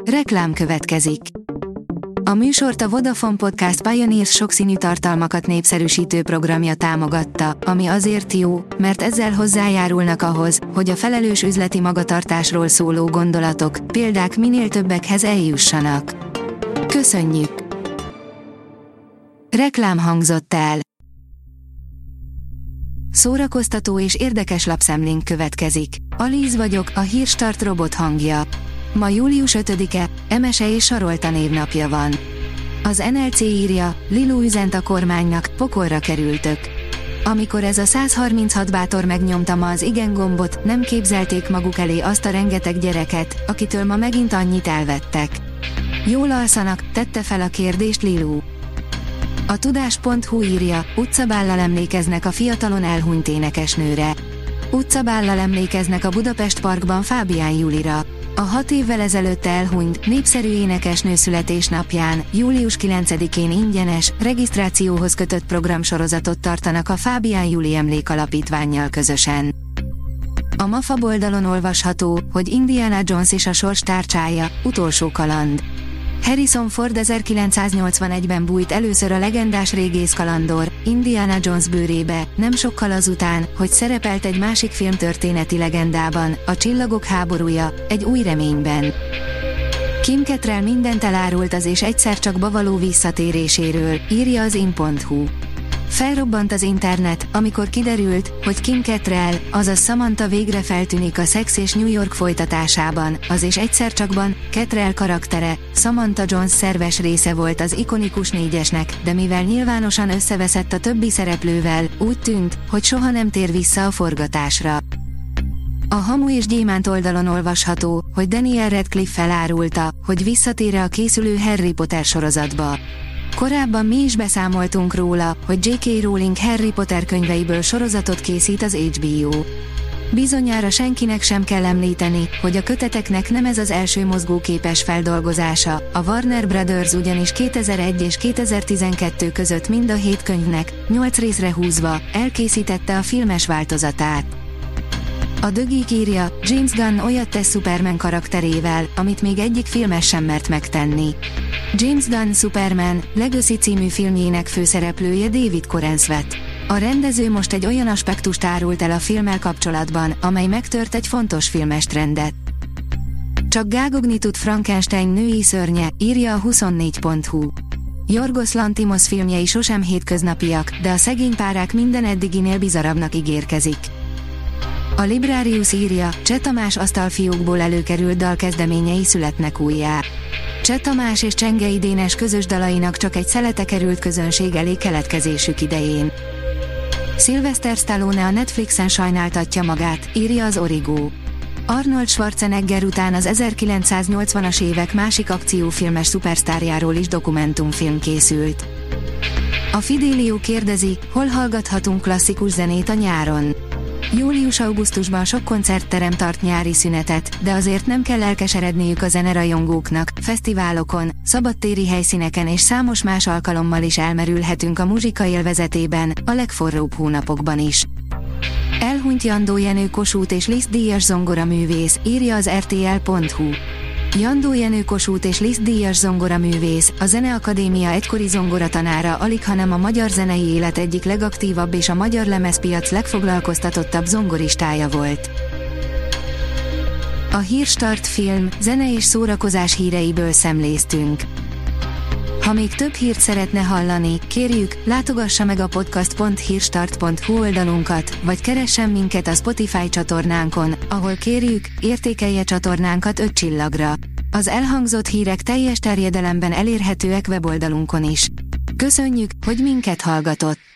Reklám következik. A műsort a Vodafone Podcast Pioneers sokszínű tartalmakat népszerűsítő programja támogatta, ami azért jó, mert ezzel hozzájárulnak ahhoz, hogy a felelős üzleti magatartásról szóló gondolatok, példák minél többekhez eljussanak. Köszönjük! Reklám hangzott el. Szórakoztató és érdekes lapszemlénk következik. Alíz vagyok, a Hírstart robot hangja. Ma július 5-e, Emese és Sarolta névnapja van. Az NLC írja, Lilu üzent a kormánynak, pokolra kerültök. Amikor ez a 136 bátor megnyomta ma az igen gombot, nem képzelték maguk elé azt a rengeteg gyereket, akitől ma megint annyit elvettek. Jól alszanak, tette fel a kérdést Lilu. A tudás.hu írja, utcabállal emlékeznek a fiatalon elhunyt énekesnőre. Utcabállal emlékeznek a Budapest Parkban Fábián Julira. A 6 évvel ezelőtt elhunyt, népszerű énekesnő születésnapján, július 9-én ingyenes, regisztrációhoz kötött programsorozatot tartanak a Fábián Juli Emlékalapítvánnyal közösen. A MAFA oldalon olvasható, hogy Indiana Jones és a sors tárcsája, utolsó kaland. Harrison Ford 1981-ben bújt először a legendás régészkalandor, Indiana Jones bőrébe, nem sokkal azután, hogy szerepelt egy másik filmtörténeti legendában, a Csillagok háborúja, egy új reményben. Kim Cattrall mindent elárult az és egyszer csak való visszatéréséről, írja az in.hu. Felrobbant az internet, amikor kiderült, hogy Kim Cattrall, azaz Samantha végre feltűnik a Sex és New York folytatásában, az és egyszer csakban, Cattrall karaktere, Samantha Jones szerves része volt az ikonikus négyesnek, de mivel nyilvánosan összeveszett a többi szereplővel, úgy tűnt, hogy soha nem tér vissza a forgatásra. A Hamu és Gyémánt oldalon olvasható, hogy Daniel Radcliffe felárulta, hogy visszatér a készülő Harry Potter sorozatba. Korábban mi is beszámoltunk róla, hogy J.K. Rowling Harry Potter könyveiből sorozatot készít az HBO. Bizonyára senkinek sem kell említeni, hogy a köteteknek nem ez az első mozgóképes feldolgozása, a Warner Brothers ugyanis 2001 és 2012 között mind a 7 könyvnek, 8 részre húzva, elkészítette a filmes változatát. A The Geek írja, James Gunn olyat tesz Superman karakterével, amit még egyik filmes sem mert megtenni. James Gunn Superman, Legacy című filmjének főszereplője David Corenswet. A rendező most egy olyan aspektust árult el a filmmel kapcsolatban, amely megtört egy fontos filmes trendet. Csak gágogni tud Frankenstein női szörnye, írja a 24.hu. Yorgos Lanthimos filmjei sosem hétköznapiak, de a szegény párák minden eddiginél bizarabbnak ígérkezik. A Librarius írja, Cseh Tamás asztalfiókból előkerült dalkezdeményei születnek újjá. Cseh Tamás és Csengei Dénes közös dalainak csak egy szelete került közönség elé keletkezésük idején. Sylvester Stallone a Netflixen sajnáltatja magát, írja az Origo. Arnold Schwarzenegger után az 1980-as évek másik akciófilmes szupersztárjáról is dokumentumfilm készült. A Fidelio kérdezi, hol hallgathatunk klasszikus zenét a nyáron. Július-augusztusban sok koncertterem tart nyári szünetet, de azért nem kell elkeseredniük a zenerajongóknak, fesztiválokon, szabadtéri helyszíneken és számos más alkalommal is elmerülhetünk a muzsika élvezetében, a legforróbb hónapokban is. Elhunyt Jandó Jenő Kossuth és Liszt díjas zongoraművész, írja az rtl.hu. Jandó Jenő Kossuth és Liszt díjas zongoraművész, a Zeneakadémia egykori zongoratanára alighanem a magyar zenei élet egyik legaktívabb és a magyar lemezpiac legfoglalkoztatottabb zongoristája volt. A Hírstart film, zene és szórakozás híreiből szemléztünk. Ha még több hírt szeretne hallani, kérjük, látogassa meg a podcast.hírstart.hu oldalunkat, vagy keressen minket a Spotify csatornánkon, ahol kérjük, értékelje csatornánkat 5 csillagra. Az elhangzott hírek teljes terjedelemben elérhetőek weboldalunkon is. Köszönjük, hogy minket hallgatott!